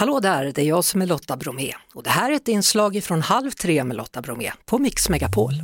Hallå där, det är jag som är Lotta Bromé och det här är ett inslag från 2:30 med Lotta Bromé på Mix Megapol.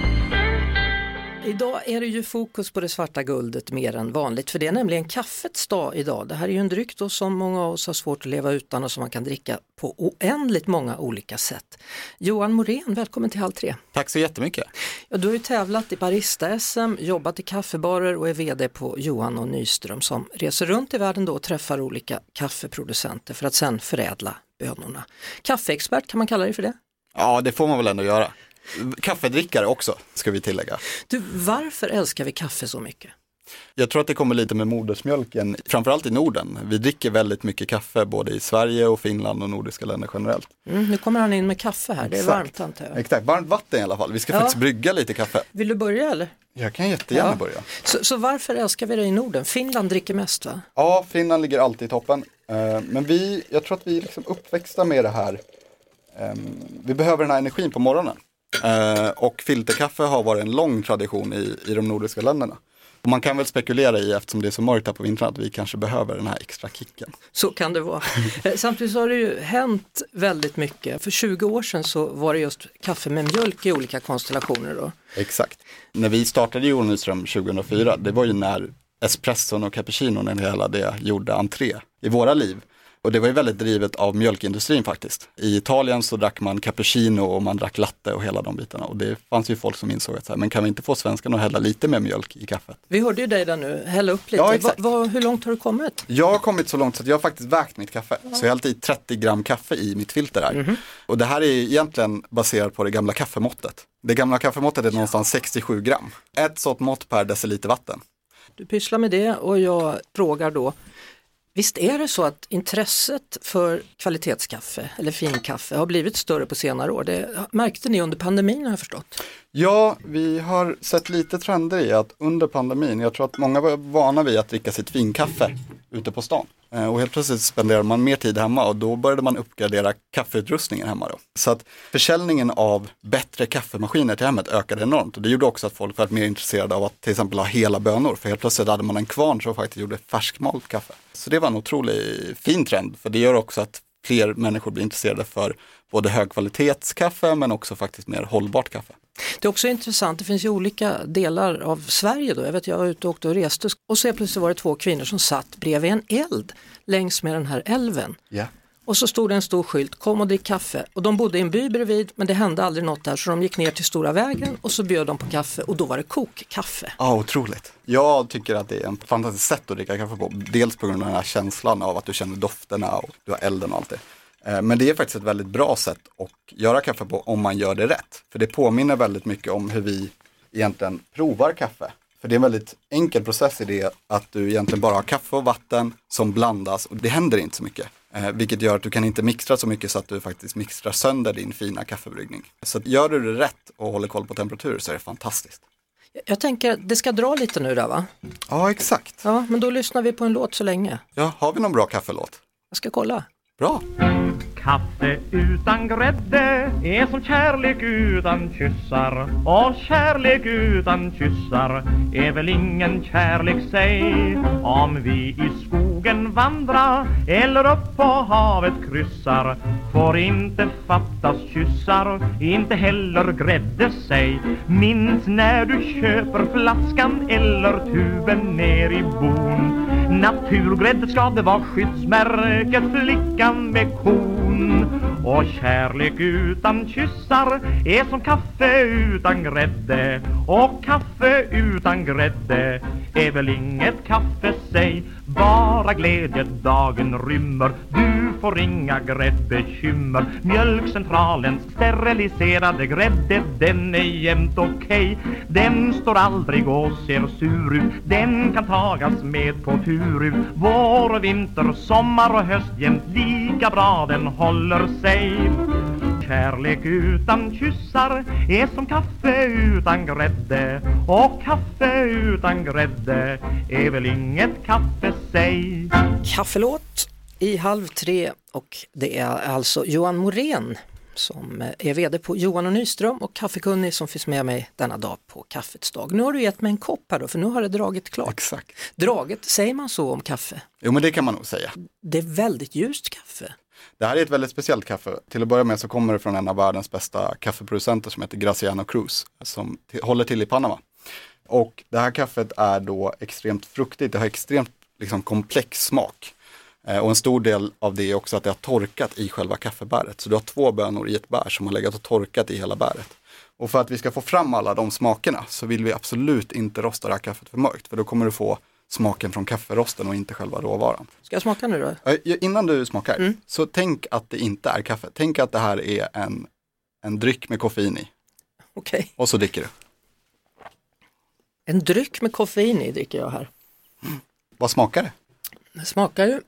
Idag är det ju fokus på det svarta guldet mer än vanligt, för det är nämligen kaffets dag idag. Det här är ju en dryck då som många av oss har svårt att leva utan och som man kan dricka på oändligt många olika sätt. Johan Morén, välkommen till 2:30. Tack så jättemycket. Ja, du har ju tävlat i barista-SM, jobbat i kaffebarer och är vd på Johan och Nyström som reser runt i världen då och träffar olika kaffeproducenter för att sen förädla bönorna. Kaffeexpert, kan man kalla dig för det? Ja, det får man väl ändå göra. Kaffedrickare också, ska vi tillägga. Du, varför älskar vi kaffe så mycket? Jag tror att det kommer lite med modersmjölken, framförallt i Norden. Vi dricker väldigt mycket kaffe både i Sverige och Finland och nordiska länder generellt. Nu kommer han in med kaffe här, det är varmt antar jag. Exakt, varmt vatten i alla fall. Vi ska faktiskt brygga lite kaffe. Vill du börja eller? Jag kan jättegärna börja. Så varför älskar vi det i Norden? Finland dricker mest, va? Ja, Finland ligger alltid i toppen. Men jag tror att vi är liksom uppväxta med det här. Vi behöver den här energin på morgonen. Och filterkaffe har varit en lång tradition i de nordiska länderna. Och man kan väl spekulera i, eftersom det är så mörkt här på vintern, att vi kanske behöver den här extra kicken. Så kan det vara. Samtidigt så har det ju hänt väldigt mycket. För 20 år sedan så var det just kaffe med mjölk i olika konstellationer då. Exakt. När vi startade Johan och Nyström 2004, det var ju när espresson och cappuccino och hela det gjorde entré i våra liv. Och det var ju väldigt drivet av mjölkindustrin faktiskt. I Italien så drack man cappuccino och man drack latte och hela de bitarna. Och det fanns ju folk som insåg att så här, men kan vi inte få svenskarna att hälla lite mer mjölk i kaffet? Vi hörde ju dig där nu, hälla upp lite. Ja, exakt. Hur långt har du kommit? Jag har kommit så långt så att jag har faktiskt vägt mitt kaffe. Så jag har hällt i 30 gram kaffe i mitt filter här. Mm-hmm. Och det här är egentligen baserat på det gamla kaffemåttet. Det gamla kaffemåttet är någonstans 67 gram. Ett sådant mått per deciliter vatten. Du pysslar med det och jag frågar då, visst är det så att intresset för kvalitetskaffe eller finkaffe har blivit större på senare år? Det märkte ni under pandemin, har jag förstått. Ja, vi har sett lite trender i att under pandemin, jag tror att många var vana vid att dricka sitt finkaffe ute på stan. Och helt plötsligt spenderar man mer tid hemma och då började man uppgradera kaffeutrustningen hemma då. Så att försäljningen av bättre kaffemaskiner till hemmet ökade enormt. Och det gjorde också att folk var mer intresserade av att till exempel ha hela bönor. För helt plötsligt hade man en kvarn som faktiskt gjorde färskmalt kaffe. Så det var en otroligt fin trend. För det gör också att fler människor blir intresserade för både högkvalitetskaffe men också faktiskt mer hållbart kaffe. Det är också intressant, det finns ju olika delar av Sverige då. Jag var ute och åkte och reste och så plötsligt var det 2 kvinnor som satt bredvid en eld längs med den här älven. Yeah. Och så stod det en stor skylt, kom och drick kaffe. Och de bodde i en by bredvid, men det hände aldrig något där. Så de gick ner till Stora vägen och så bjöd de på kaffe och då var det kokkaffe. Ja, otroligt. Jag tycker att det är en fantastisk sätt att dricka kaffe på. Dels på grund av den här känslan av att du känner dofterna och du har elden och allt det. Men det är faktiskt ett väldigt bra sätt att göra kaffe på om man gör det rätt. För det påminner väldigt mycket om hur vi egentligen provar kaffe. För det är en väldigt enkel process i det att du egentligen bara har kaffe och vatten som blandas och det händer inte så mycket. Vilket gör att du kan inte mixtra så mycket så att du faktiskt mixtrar sönder din fina kaffebryggning. Så gör du det rätt och håller koll på temperatur så är det fantastiskt. Jag tänker att det ska dra lite nu där, va? Ja, exakt. Ja, men då lyssnar vi på en låt så länge. Ja, har vi någon bra kaffelåt? Jag ska kolla. Bra. Kaffe utan grädde är som kärlek utan kyssar. Och kärlek utan kyssar är väl ingen kärlek, säg. Om vi i skogen vandrar eller upp på havet kryssar får inte fattas kyssar, inte heller grädde, säg. Minns när du köper flaskan eller tuben ner i bon. Naturgrädde ska det vara skyddsmärket, flickan med kon. Och kärlek utan kyssar är som kaffe utan grädde. Och kaffe utan grädde är väl inget kaffe, säg. Bara glädje dagen rymmer, du får inga gräddbekymmer. Mjölkcentralens steriliserade grädde, den är jämt okej. Den står aldrig och ser sur ut, den kan tagas med på tur ut. Vår och vinter, sommar och höst, jämt lika bra den håller sig. Kärlek utan kyssar är som kaffe utan grädde. Och kaffe utan grädde är väl inget kaffe, säg. Kaffelåt i 2:30 och det är alltså Johan Morén som är vd på Johan och Nyström och kaffekunnig som finns med mig denna dag på kaffets dag. Nu har du gett mig en kopp här då, för nu har det dragit klart. Exakt. Draget, säger man så om kaffe? Jo, men det kan man nog säga. Det är väldigt ljust kaffe. Det här är ett väldigt speciellt kaffe. Till att börja med så kommer det från en av världens bästa kaffeproducenter som heter Graciano Cruz, som håller till i Panama. Och det här kaffet är då extremt fruktigt, det har extremt liksom komplex smak. Och en stor del av det är också att det har torkat i själva kaffebäret. Så du har 2 bönor i ett bär som har legat och torkat i hela bäret. Och för att vi ska få fram alla de smakerna så vill vi absolut inte rosta det här kaffet för mörkt. För då kommer du få smaken från kafferosten och inte själva råvaran. Ska jag smaka nu då? Innan du smakar, så tänk att det inte är kaffe. Tänk att det här är en dryck med koffein i. Okej. Och så dricker du. En dryck med koffein i dricker jag här. Vad smakar det? Det smakar ju,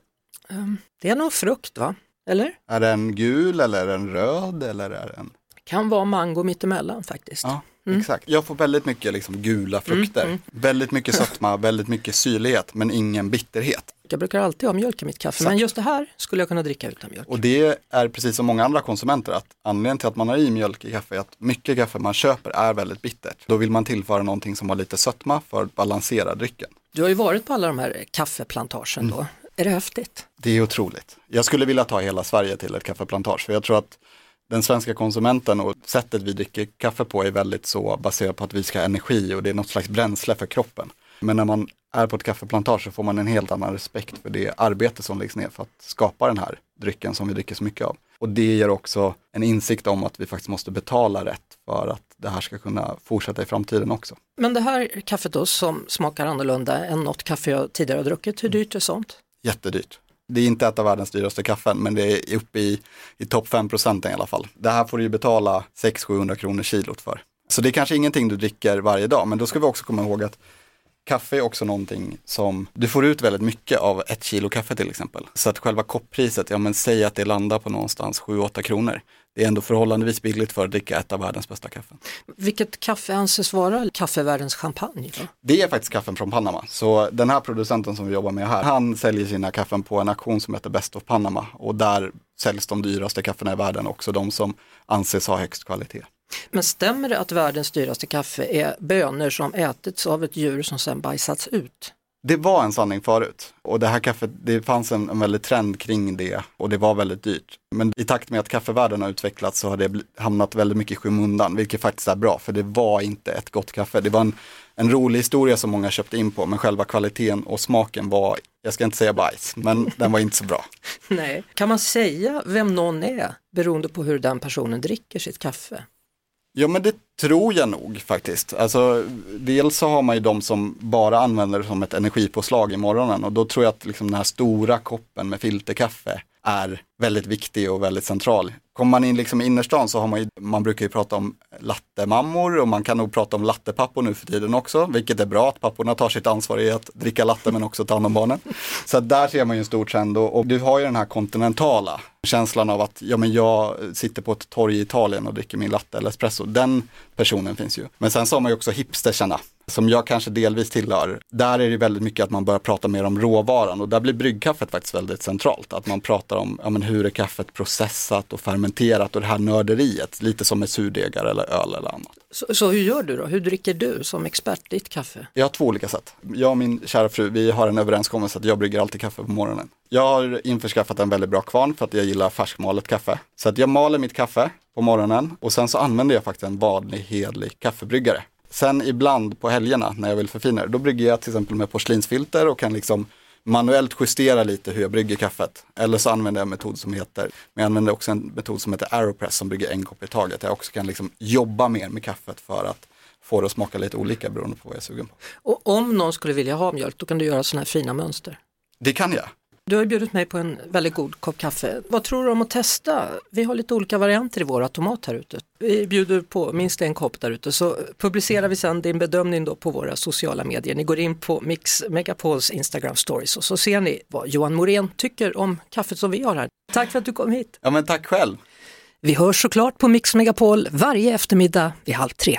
det är nog frukt va? Eller? Är den gul eller är den röd eller är den... Kan vara mango mittemellan faktiskt. Ja, exakt. Jag får väldigt mycket liksom gula frukter. Väldigt mycket sötma, väldigt mycket syrlighet men ingen bitterhet. Jag brukar alltid ha mjölk i mitt kaffe, men just det här skulle jag kunna dricka utan mjölk. Och det är precis som många andra konsumenter att anledningen till att man har i mjölk i kaffe är att mycket kaffe man köper är väldigt bittert. Då vill man tillföra någonting som har lite sötma för att balansera drycken. Du har ju varit på alla de här kaffeplantagen då. Är det häftigt? Det är otroligt. Jag skulle vilja ta hela Sverige till ett kaffeplantage för jag tror att den svenska konsumenten och sättet vi dricker kaffe på är väldigt så baserat på att vi ska ha energi och det är något slags bränsle för kroppen. Men när man är på ett kaffeplantage så får man en helt annan respekt för det arbete som läggs ner för att skapa den här drycken som vi dricker så mycket av. Och det ger också en insikt om att vi faktiskt måste betala rätt för att det här ska kunna fortsätta i framtiden också. Men det här kaffet då som smakar annorlunda än något kaffe jag tidigare har druckit, hur dyrt är sånt? Jättedyrt. Det är inte ett av världens dyraste kaffen men det är uppe i topp 5% i alla fall. Det här får du ju betala 600-700 kronor kilot för. Så det är kanske ingenting du dricker varje dag men då ska vi också komma ihåg att kaffe är också någonting som du får ut väldigt mycket av 1 kilo kaffe till exempel. Så att själva kopppriset, ja men säg att det landar på någonstans 7-8 kronor. Det är ändå förhållandevis billigt för att dricka ett av världens bästa kaffen. Vilket kaffe anses vara kaffevärldens champagne då? Det är faktiskt kaffen från Panama. Så den här producenten som vi jobbar med här, han säljer sina kaffen på en auktion som heter Best of Panama. Och där säljs de dyraste kaffena i världen, också de som anses ha högst kvalitet. Men stämmer det att världens dyraste kaffe är bönor som ätits av ett djur som sedan bajsats ut? Det var en sanning förut och det här kaffet, det fanns en väldigt trend kring det och det var väldigt dyrt. Men i takt med att kaffevärlden har utvecklats så har det hamnat väldigt mycket i skymundan, vilket faktiskt är bra för det var inte ett gott kaffe. Det var en rolig historia som många köpte in på men själva kvaliteten och smaken var, jag ska inte säga bajs, men den var inte så bra. Nej, kan man säga vem någon är beroende på hur den personen dricker sitt kaffe? Ja men det tror jag nog faktiskt. Alltså, dels så har man ju de som bara använder det som ett energipåslag i morgonen och då tror jag att liksom den här stora koppen med filterkaffe är väldigt viktig och väldigt central. Kommer man in liksom i innerstan så har man brukar ju prata om lattemammor och man kan nog prata om lattepappor nu för tiden också, vilket är bra att papporna tar sitt ansvar i att dricka latte men också ta hand om barnen. Så där ser man ju en stor trend och du har ju den här kontinentala känslan av att ja, men jag sitter på ett torg i Italien och dricker min latte eller espresso. Den personen finns ju. Men sen så har man ju också hipstersarna som jag kanske delvis tillhör. Där är det väldigt mycket att man börjar prata mer om råvaran och där blir bryggkaffet faktiskt väldigt centralt. Att man pratar om ja, men hur är kaffet processat och fermenterat och det här nörderiet, lite som med surdegar eller öl eller annat. Så hur gör du då? Hur dricker du som expert ditt kaffe? Jag har 2 olika sätt. Jag och min kära fru, vi har en överenskommelse att jag brygger alltid kaffe på morgonen. Jag har införskaffat en väldigt bra kvarn för att jag gillar färskmalet kaffe. Så att jag maler mitt kaffe på morgonen och sen så använder jag faktiskt en vanlig hedlig kaffebryggare. Sen ibland på helgerna när jag vill förfina det, då brygger jag till exempel med porslinsfilter och kan liksom manuellt justera lite hur jag brygger kaffet. Eller så använder jag en metod som heter, men jag använder också en metod som heter Aeropress som brygger en kopp i taget. Jag också kan liksom jobba mer med kaffet för att få det att smaka lite olika beroende på vad jag är sugen på. Och om någon skulle vilja ha mjölk, då kan du göra sådana här fina mönster? Det kan jag. Du har bjudit mig på en väldigt god kopp kaffe. Vad tror du om att testa? Vi har lite olika varianter i vår automat här ute. Vi bjuder på minst en kopp där ute så publicerar vi sedan din bedömning då på våra sociala medier. Ni går in på Mix Megapols Instagram stories och så ser ni vad Johan Morén tycker om kaffet som vi har här. Tack för att du kom hit. Ja men tack själv. Vi hörs såklart på Mix Megapol varje eftermiddag vid 2:30.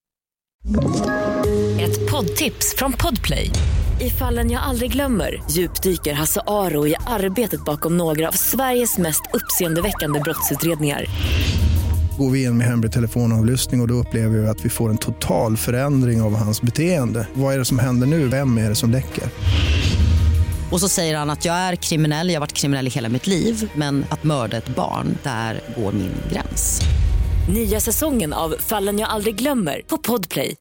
Ett poddtips från Podplay. I Fallen jag aldrig glömmer djupdyker Hasse Aro i arbetet bakom några av Sveriges mest uppseendeväckande brottsutredningar. Går vi in med hemlig telefonavlyssning och då upplever vi att vi får en total förändring av hans beteende. Vad är det som händer nu? Vem är det som läcker? Och så säger han att jag är kriminell, jag har varit kriminell i hela mitt liv. Men att mörda ett barn, där går min gräns. Nya säsongen av Fallen jag aldrig glömmer på Podplay.